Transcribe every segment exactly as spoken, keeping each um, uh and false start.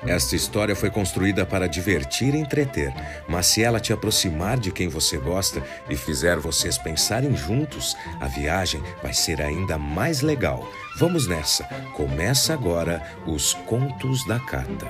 Esta história foi construída para divertir e entreter, mas se ela te aproximar de quem você gosta e fizer vocês pensarem juntos, a viagem vai ser ainda mais legal. Vamos nessa! Começa agora os Contos da Cata.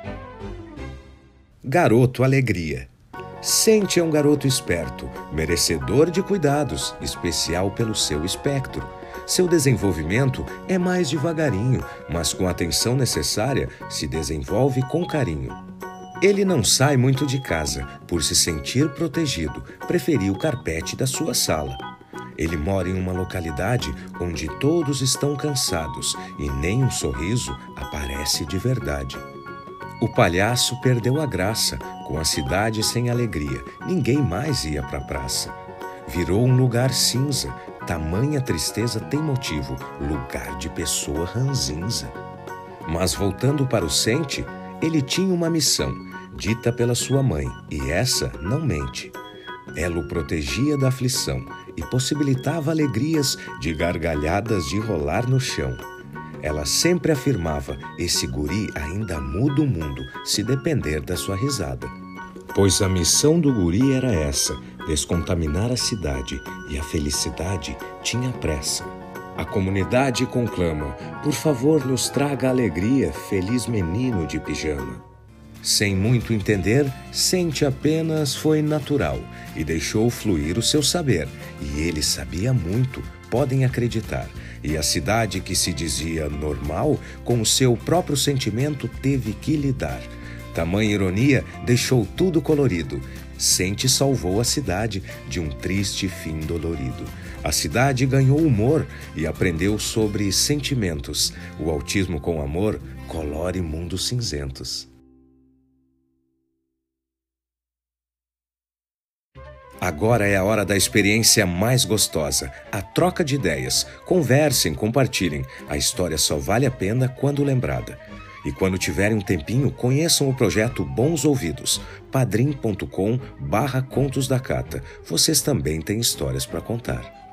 Garoto Alegria. Sente é um garoto esperto, merecedor de cuidados, especial pelo seu espectro. Seu desenvolvimento é mais devagarinho, mas com a atenção necessária se desenvolve com carinho. Ele não sai muito de casa, por se sentir protegido, preferiu o carpete da sua sala. Ele mora em uma localidade onde todos estão cansados e nem um sorriso aparece de verdade. O palhaço perdeu a graça, com a cidade sem alegria, ninguém mais ia para a praça. Virou um lugar cinza, tamanha tristeza tem motivo, lugar de pessoa ranzinza. Mas voltando para o Sente, ele tinha uma missão, dita pela sua mãe, e essa não mente. Ela o protegia da aflição e possibilitava alegrias de gargalhadas de rolar no chão. Ela sempre afirmava, esse guri ainda muda o mundo, se depender da sua risada. Pois a missão do guri era essa, descontaminar a cidade, e a felicidade tinha pressa. A comunidade conclama, por favor nos traga alegria, feliz menino de pijama. Sem muito entender, Sente apenas foi natural e deixou fluir o seu saber. E ele sabia muito, podem acreditar. E a cidade que se dizia normal, com o seu próprio sentimento teve que lidar. Tamanha ironia deixou tudo colorido. Sente salvou a cidade de um triste fim dolorido. A cidade ganhou humor e aprendeu sobre sentimentos. O autismo com amor colore mundos cinzentos. Agora é a hora da experiência mais gostosa, a troca de ideias. Conversem, compartilhem. A história só vale a pena quando lembrada. E quando tiverem um tempinho, conheçam o projeto Bons Ouvidos, padrim ponto com barra Contos da Cata. Vocês também têm histórias para contar.